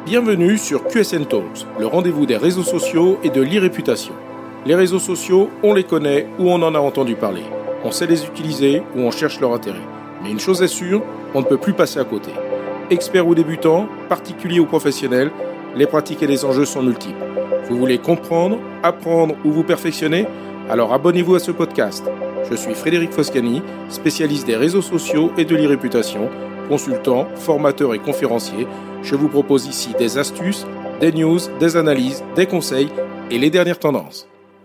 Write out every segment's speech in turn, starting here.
Bienvenue sur QSN Talks, le rendez-vous des réseaux sociaux et de l'e-réputation. Les réseaux sociaux, on les connaît ou on en a entendu parler. On sait les utiliser ou on cherche leur intérêt. Mais une chose est sûre, on ne peut plus passer à côté. Experts ou débutants, particuliers ou professionnels, les pratiques et les enjeux sont multiples. Vous voulez comprendre, apprendre ou vous perfectionner ? Alors abonnez-vous à ce podcast. Je suis Frédéric Foscani, spécialiste des réseaux sociaux et de l'e-réputation, consultant, formateur et conférencier. Je vous propose ici des astuces, des news, des analyses, des conseils et les dernières tendances.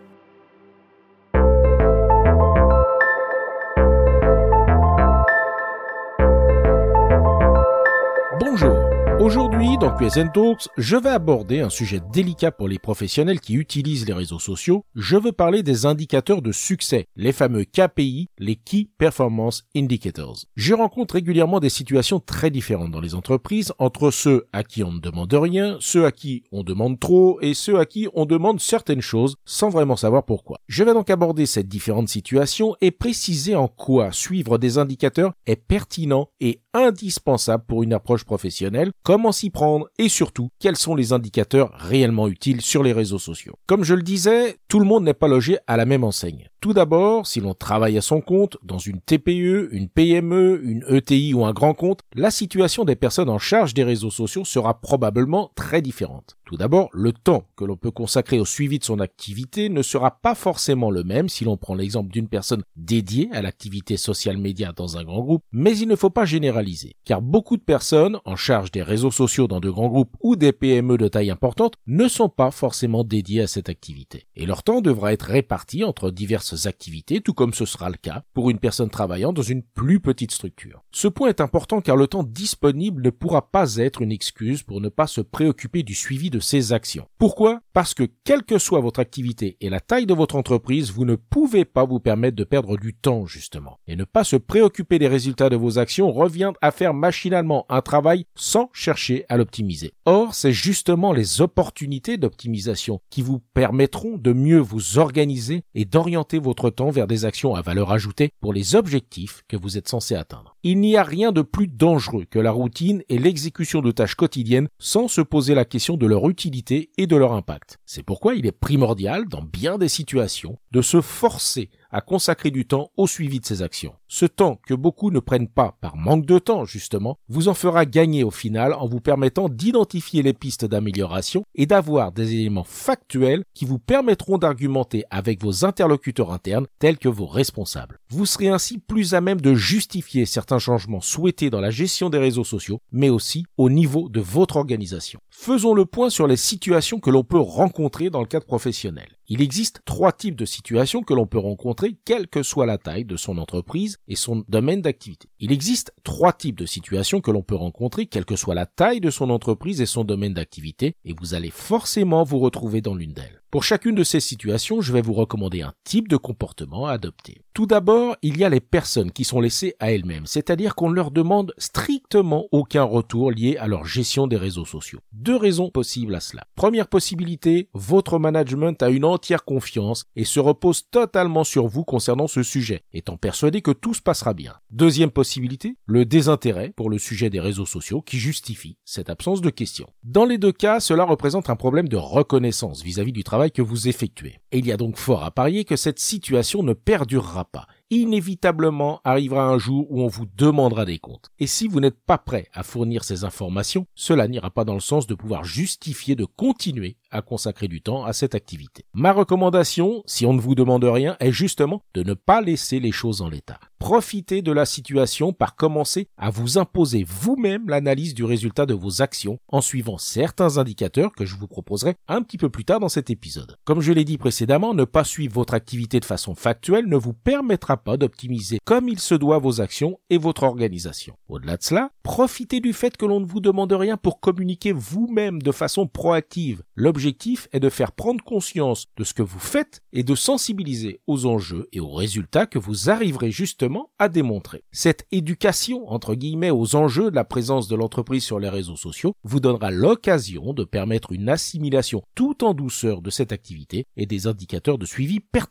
Bonjour. Aujourd'hui, dans QSN Talks, je vais aborder un sujet délicat pour les professionnels qui utilisent les réseaux sociaux. Je veux parler des indicateurs de succès, les fameux KPI, les Key Performance Indicators. Je rencontre régulièrement des situations très différentes dans les entreprises entre ceux à qui on ne demande rien, ceux à qui on demande trop et ceux à qui on demande certaines choses sans vraiment savoir pourquoi. Je vais donc aborder ces différentes situations et préciser en quoi suivre des indicateurs est pertinent et indispensable pour une approche professionnelle, comment s'y prendre et surtout quels sont les indicateurs réellement utiles sur les réseaux sociaux. Comme je le disais, tout le monde n'est pas logé à la même enseigne. Tout d'abord, si l'on travaille à son compte, dans une TPE, une PME, une ETI ou un grand compte, la situation des personnes en charge des réseaux sociaux sera probablement très différente. Tout d'abord, le temps que l'on peut consacrer au suivi de son activité ne sera pas forcément le même si l'on prend l'exemple d'une personne dédiée à l'activité social média dans un grand groupe, mais il ne faut pas généraliser, car beaucoup de personnes en charge des réseaux sociaux dans de grands groupes ou des PME de taille importante ne sont pas forcément dédiées à cette activité. Et leur temps devra être réparti entre diverses activités, tout comme ce sera le cas pour une personne travaillant dans une plus petite structure. Ce point est important car le temps disponible ne pourra pas être une excuse pour ne pas se préoccuper du suivi de ses actions. Pourquoi ? Parce que quelle que soit votre activité et la taille de votre entreprise, vous ne pouvez pas vous permettre de perdre du temps justement. Et ne pas se préoccuper des résultats de vos actions revient à faire machinalement un travail sans chercher à l'optimiser. Or, c'est justement les opportunités d'optimisation qui vous permettront de mieux vous organiser et d'orienter votre temps vers des actions à valeur ajoutée pour les objectifs que vous êtes censé atteindre. Il n'y a rien de plus dangereux que la routine et l'exécution de tâches quotidiennes sans se poser la question de leur utilité et de leur impact. C'est pourquoi il est primordial, dans bien des situations, de se forcer à consacrer du temps au suivi de ces actions. Ce temps que beaucoup ne prennent pas par manque de temps, justement, vous en fera gagner au final en vous permettant d'identifier les pistes d'amélioration et d'avoir des éléments factuels qui vous permettront d'argumenter avec vos interlocuteurs internes tels que vos responsables. Vous serez ainsi plus à même de justifier certains changements souhaités dans la gestion des réseaux sociaux, mais aussi au niveau de votre organisation. Faisons le point sur les situations que l'on peut rencontrer dans le cadre professionnel. Il existe 3 types de situations que l'on peut rencontrer, quelle que soit la taille de son entreprise et son domaine d'activité. Il existe 3 types de situations que l'on peut rencontrer, quelle que soit la taille de son entreprise et son domaine d'activité, et vous allez forcément vous retrouver dans l'une d'elles. Pour chacune de ces situations, je vais vous recommander un type de comportement à adopter. Tout d'abord, il y a les personnes qui sont laissées à elles-mêmes, c'est-à-dire qu'on ne leur demande strictement aucun retour lié à leur gestion des réseaux sociaux. 2 raisons possibles à cela. Première possibilité, votre management a une entière confiance et se repose totalement sur vous concernant ce sujet, étant persuadé que tout se passera bien. Deuxième possibilité, le désintérêt pour le sujet des réseaux sociaux qui justifie cette absence de questions. Dans les 2 cas, cela représente un problème de reconnaissance vis-à-vis du travail que vous effectuez. Et il y a donc fort à parier que cette situation ne perdurera pas. Inévitablement arrivera un jour où on vous demandera des comptes. Et si vous n'êtes pas prêt à fournir ces informations, cela n'ira pas dans le sens de pouvoir justifier de continuer à consacrer du temps à cette activité. Ma recommandation, si on ne vous demande rien, est justement de ne pas laisser les choses en l'état. Profitez de la situation par commencer à vous imposer vous-même l'analyse du résultat de vos actions en suivant certains indicateurs que je vous proposerai un petit peu plus tard dans cet épisode. Comme je l'ai dit précédemment, ne pas suivre votre activité de façon factuelle ne vous permettra pas d'optimiser comme il se doit vos actions et votre organisation. Au-delà de cela, profitez du fait que l'on ne vous demande rien pour communiquer vous-même de façon proactive. L'objectif est de faire prendre conscience de ce que vous faites et de sensibiliser aux enjeux et aux résultats que vous arriverez justement à démontrer. Cette éducation, entre guillemets, aux enjeux de la présence de l'entreprise sur les réseaux sociaux vous donnera l'occasion de permettre une assimilation tout en douceur de cette activité et des indicateurs de suivi pertinents.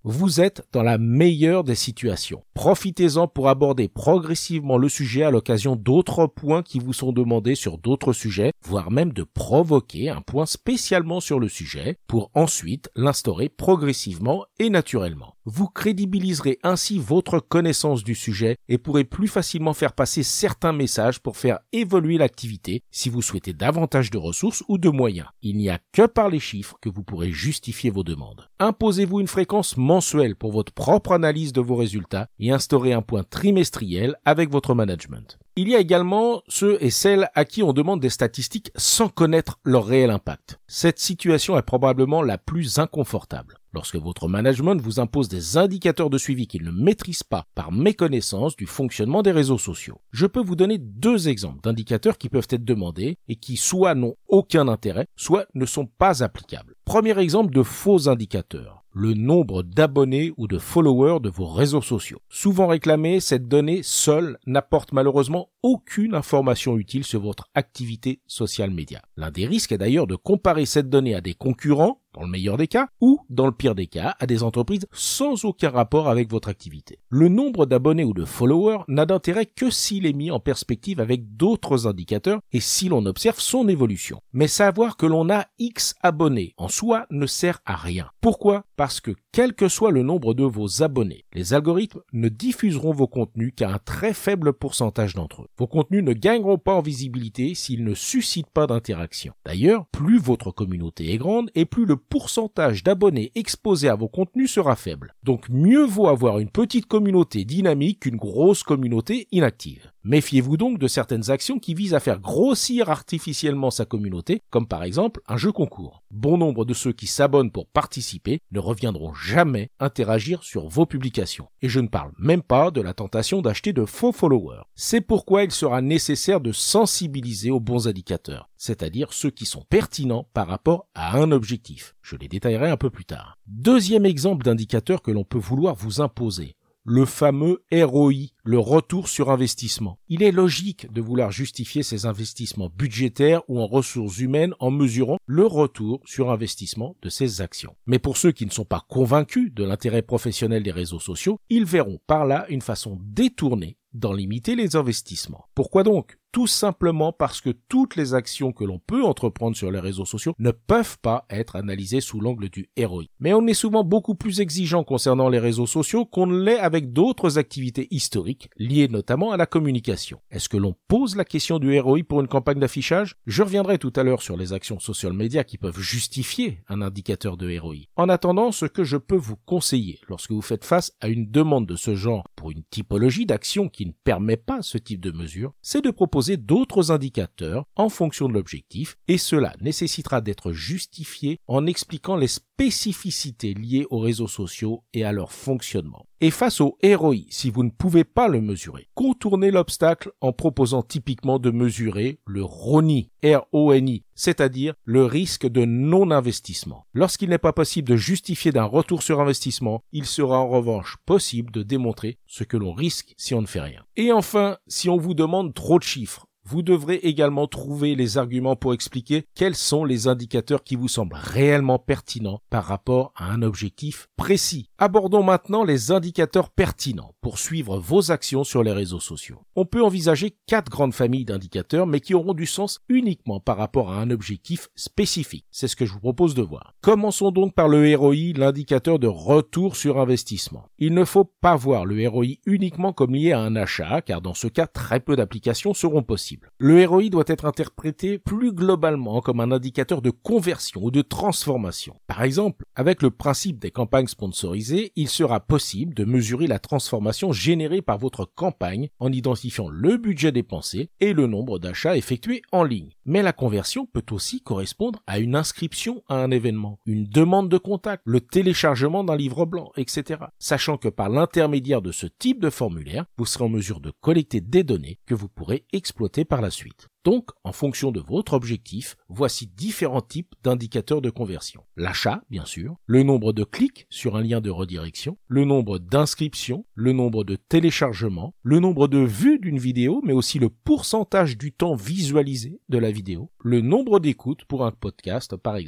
vous êtes dans la meilleure des situations. Profitez-en pour aborder progressivement le sujet à l'occasion d'autres points qui vous sont demandés sur d'autres sujets, voire même de provoquer un point spécialement sur le sujet pour ensuite l'instaurer progressivement et naturellement. Vous crédibiliserez ainsi votre connaissance du sujet et pourrez plus facilement faire passer certains messages pour faire évoluer l'activité si vous souhaitez davantage de ressources ou de moyens. Il n'y a que par les chiffres que vous pourrez justifier vos demandes. Imposez-vous une fréquence mensuelle pour votre propre analyse de vos résultats et instaurez un point trimestriel avec votre management. Il y a également ceux et celles à qui on demande des statistiques sans connaître leur réel impact. Cette situation est probablement la plus inconfortable. Lorsque votre management vous impose des indicateurs de suivi qu'il ne maîtrise pas par méconnaissance du fonctionnement des réseaux sociaux. Je peux vous donner 2 exemples d'indicateurs qui peuvent être demandés et qui soit n'ont aucun intérêt, soit ne sont pas applicables. Premier exemple de faux indicateurs. Le nombre d'abonnés ou de followers de vos réseaux sociaux. Souvent réclamé, cette donnée seule n'apporte malheureusement aucune information utile sur votre activité social média. L'un des risques est d'ailleurs de comparer cette donnée à des concurrents, dans le meilleur des cas, ou, dans le pire des cas, à des entreprises sans aucun rapport avec votre activité. Le nombre d'abonnés ou de followers n'a d'intérêt que s'il est mis en perspective avec d'autres indicateurs et si l'on observe son évolution. Mais savoir que l'on a X abonnés en soi ne sert à rien. Pourquoi ? Parce que quel que soit le nombre de vos abonnés, les algorithmes ne diffuseront vos contenus qu'à un très faible pourcentage d'entre eux. Vos contenus ne gagneront pas en visibilité s'ils ne suscitent pas d'interaction. D'ailleurs, plus votre communauté est grande et plus le pourcentage d'abonnés exposés à vos contenus sera faible. Donc mieux vaut avoir une petite communauté dynamique qu'une grosse communauté inactive. Méfiez-vous donc de certaines actions qui visent à faire grossir artificiellement sa communauté, comme par exemple un jeu concours. Bon nombre de ceux qui s'abonnent pour participer ne reviendront jamais interagir sur vos publications. Et je ne parle même pas de la tentation d'acheter de faux followers. C'est pourquoi il sera nécessaire de sensibiliser aux bons indicateurs, c'est-à-dire ceux qui sont pertinents par rapport à un objectif. Je les détaillerai un peu plus tard. Deuxième exemple d'indicateur que l'on peut vouloir vous imposer. Le fameux ROI, le retour sur investissement. Il est logique de vouloir justifier ces investissements budgétaires ou en ressources humaines en mesurant le retour sur investissement de ces actions. Mais pour ceux qui ne sont pas convaincus de l'intérêt professionnel des réseaux sociaux, ils verront par là une façon détournée d'en limiter les investissements. Pourquoi donc ? Tout simplement parce que toutes les actions que l'on peut entreprendre sur les réseaux sociaux ne peuvent pas être analysées sous l'angle du ROI. Mais on est souvent beaucoup plus exigeant concernant les réseaux sociaux qu'on ne l'est avec d'autres activités historiques liées notamment à la communication. Est-ce que l'on pose la question du ROI pour une campagne d'affichage ? Je reviendrai tout à l'heure sur les actions social media qui peuvent justifier un indicateur de ROI. En attendant, ce que je peux vous conseiller lorsque vous faites face à une demande de ce genre pour une typologie d'action qui ne permet pas ce type de mesure, c'est de proposer d'autres indicateurs en fonction de l'objectif et cela nécessitera d'être justifié en expliquant les spécificités liées aux réseaux sociaux et à leur fonctionnement. Et face au ROI, si vous ne pouvez pas le mesurer, contournez l'obstacle en proposant typiquement de mesurer le RONI, R-O-N-I, c'est-à-dire le risque de non-investissement. Lorsqu'il n'est pas possible de justifier d'un retour sur investissement, il sera en revanche possible de démontrer ce que l'on risque si on ne fait rien. Et enfin, si on vous demande trop de chiffres, vous devrez également trouver les arguments pour expliquer quels sont les indicateurs qui vous semblent réellement pertinents par rapport à un objectif précis. Abordons maintenant les indicateurs pertinents pour suivre vos actions sur les réseaux sociaux. On peut envisager 4 grandes familles d'indicateurs, mais qui auront du sens uniquement par rapport à un objectif spécifique. C'est ce que je vous propose de voir. Commençons donc par le ROI, l'indicateur de retour sur investissement. Il ne faut pas voir le ROI uniquement comme lié à un achat, car dans ce cas, très peu d'applications seront possibles. Le ROI doit être interprété plus globalement comme un indicateur de conversion ou de transformation. Par exemple, avec le principe des campagnes sponsorisées, il sera possible de mesurer la transformation générée par votre campagne en identifiant le budget dépensé et le nombre d'achats effectués en ligne. Mais la conversion peut aussi correspondre à une inscription à un événement, une demande de contact, le téléchargement d'un livre blanc, etc. Sachant que par l'intermédiaire de ce type de formulaire, vous serez en mesure de collecter des données que vous pourrez exploiter par la suite. Donc, en fonction de votre objectif, voici différents types d'indicateurs de conversion. L'achat, bien sûr, le nombre de clics sur un lien de redirection, le nombre d'inscriptions, le nombre de téléchargements, le nombre de vues d'une vidéo, mais aussi le pourcentage du temps visualisé de la vidéo, le nombre d'écoutes pour un podcast par exemple.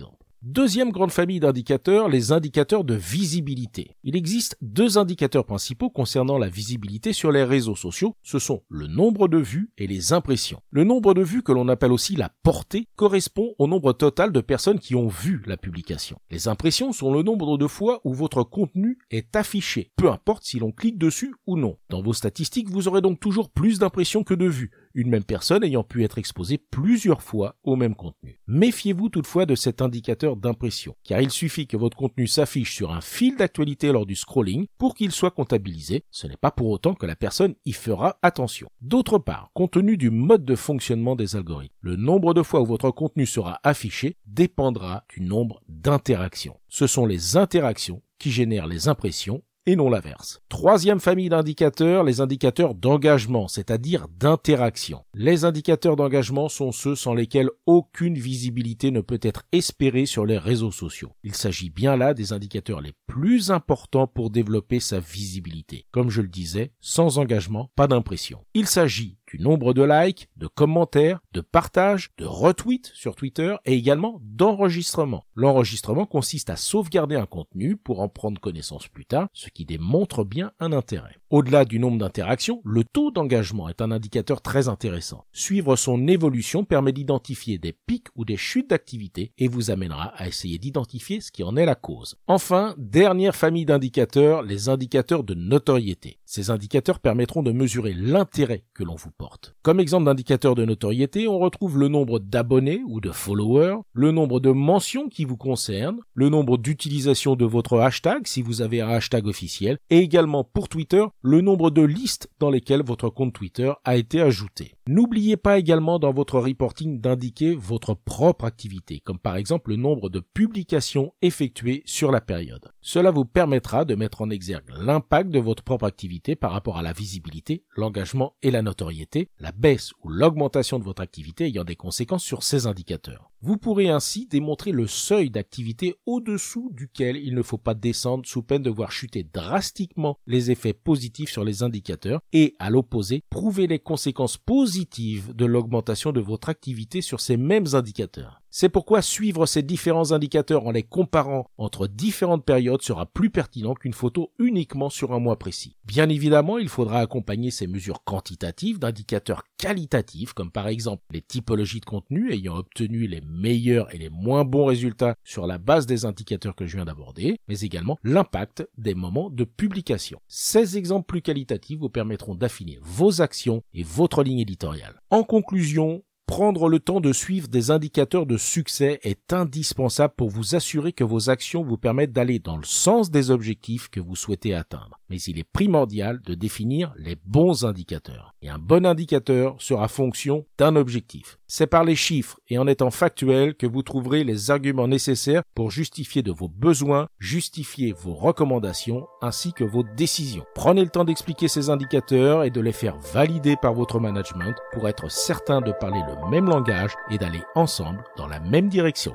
Deuxième grande famille d'indicateurs, les indicateurs de visibilité. Il existe deux indicateurs principaux concernant la visibilité sur les réseaux sociaux. Ce sont le nombre de vues et les impressions. Le nombre de vues, que l'on appelle aussi la portée, correspond au nombre total de personnes qui ont vu la publication. Les impressions sont le nombre de fois où votre contenu est affiché, peu importe si l'on clique dessus ou non. Dans vos statistiques, vous aurez donc toujours plus d'impressions que de vues, une même personne ayant pu être exposée plusieurs fois au même contenu. Méfiez-vous toutefois de cet indicateur d'impression, car il suffit que votre contenu s'affiche sur un fil d'actualité lors du scrolling pour qu'il soit comptabilisé. Ce n'est pas pour autant que la personne y fera attention. D'autre part, compte tenu du mode de fonctionnement des algorithmes, le nombre de fois où votre contenu sera affiché dépendra du nombre d'interactions. Ce sont les interactions qui génèrent les impressions et non l'inverse. Troisième famille d'indicateurs, les indicateurs d'engagement, c'est-à-dire d'interaction. Les indicateurs d'engagement sont ceux sans lesquels aucune visibilité ne peut être espérée sur les réseaux sociaux. Il s'agit bien là des indicateurs les plus importants pour développer sa visibilité. Comme je le disais, sans engagement, pas d'impression. Il s'agit du nombre de likes, de commentaires, de partages, de retweets sur Twitter et également d'enregistrements. L'enregistrement consiste à sauvegarder un contenu pour en prendre connaissance plus tard, ce qui démontre bien un intérêt. Au-delà du nombre d'interactions, le taux d'engagement est un indicateur très intéressant. Suivre son évolution permet d'identifier des pics ou des chutes d'activité et vous amènera à essayer d'identifier ce qui en est la cause. Enfin, dernière famille d'indicateurs, les indicateurs de notoriété. Ces indicateurs permettront de mesurer l'intérêt que l'on vous porte. Comme exemple d'indicateur de notoriété, on retrouve le nombre d'abonnés ou de followers, le nombre de mentions qui vous concernent, le nombre d'utilisations de votre hashtag si vous avez un hashtag officiel, et également pour Twitter, le nombre de listes dans lesquelles votre compte Twitter a été ajouté. N'oubliez pas également dans votre reporting d'indiquer votre propre activité, comme par exemple le nombre de publications effectuées sur la période. Cela vous permettra de mettre en exergue l'impact de votre propre activité par rapport à la visibilité, l'engagement et la notoriété, la baisse ou l'augmentation de votre activité ayant des conséquences sur ces indicateurs. Vous pourrez ainsi démontrer le seuil d'activité au-dessous duquel il ne faut pas descendre sous peine de voir chuter drastiquement les effets positifs sur les indicateurs et, à l'opposé, prouver les conséquences positives de l'augmentation de votre activité sur ces mêmes indicateurs. C'est pourquoi suivre ces différents indicateurs en les comparant entre différentes périodes sera plus pertinent qu'une photo uniquement sur un mois précis. Bien évidemment, il faudra accompagner ces mesures quantitatives d'indicateurs qualitatifs, comme par exemple les typologies de contenu ayant obtenu les meilleurs et les moins bons résultats sur la base des indicateurs que je viens d'aborder, mais également l'impact des moments de publication. Ces exemples plus qualitatifs vous permettront d'affiner vos actions et votre ligne éditoriale. En conclusion, prendre le temps de suivre des indicateurs de succès est indispensable pour vous assurer que vos actions vous permettent d'aller dans le sens des objectifs que vous souhaitez atteindre. Mais il est primordial de définir les bons indicateurs. Et un bon indicateur sera fonction d'un objectif. C'est par les chiffres et en étant factuel que vous trouverez les arguments nécessaires pour justifier de vos besoins, justifier vos recommandations ainsi que vos décisions. Prenez le temps d'expliquer ces indicateurs et de les faire valider par votre management pour être certain de parler le même langage et d'aller ensemble dans la même direction.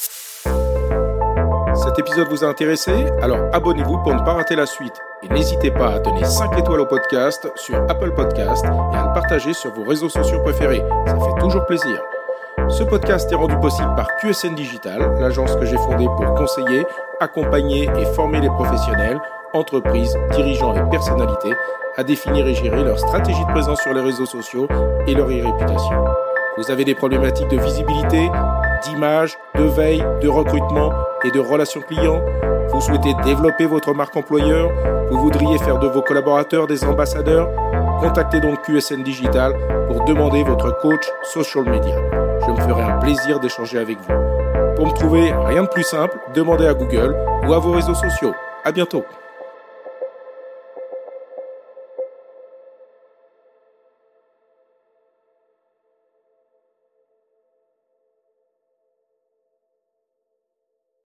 Cet épisode vous a intéressé? Alors abonnez-vous pour ne pas rater la suite. Et n'hésitez pas à donner 5 étoiles au podcast sur Apple Podcast et à le partager sur vos réseaux sociaux préférés. Ça fait toujours plaisir. Ce podcast est rendu possible par QSN Digital, l'agence que j'ai fondée pour conseiller, accompagner et former les professionnels, entreprises, dirigeants et personnalités à définir et gérer leur stratégie de présence sur les réseaux sociaux et leur e-réputation. Vous avez des problématiques de visibilité, d'image, de veille, de recrutement et de relations clients? Vous souhaitez développer votre marque employeur? Vous voudriez faire de vos collaborateurs des ambassadeurs? Contactez donc QSN Digital pour demander votre coach social media. Je me ferai un plaisir d'échanger avec vous. Pour me trouver, rien de plus simple, demandez à Google ou à vos réseaux sociaux. À bientôt.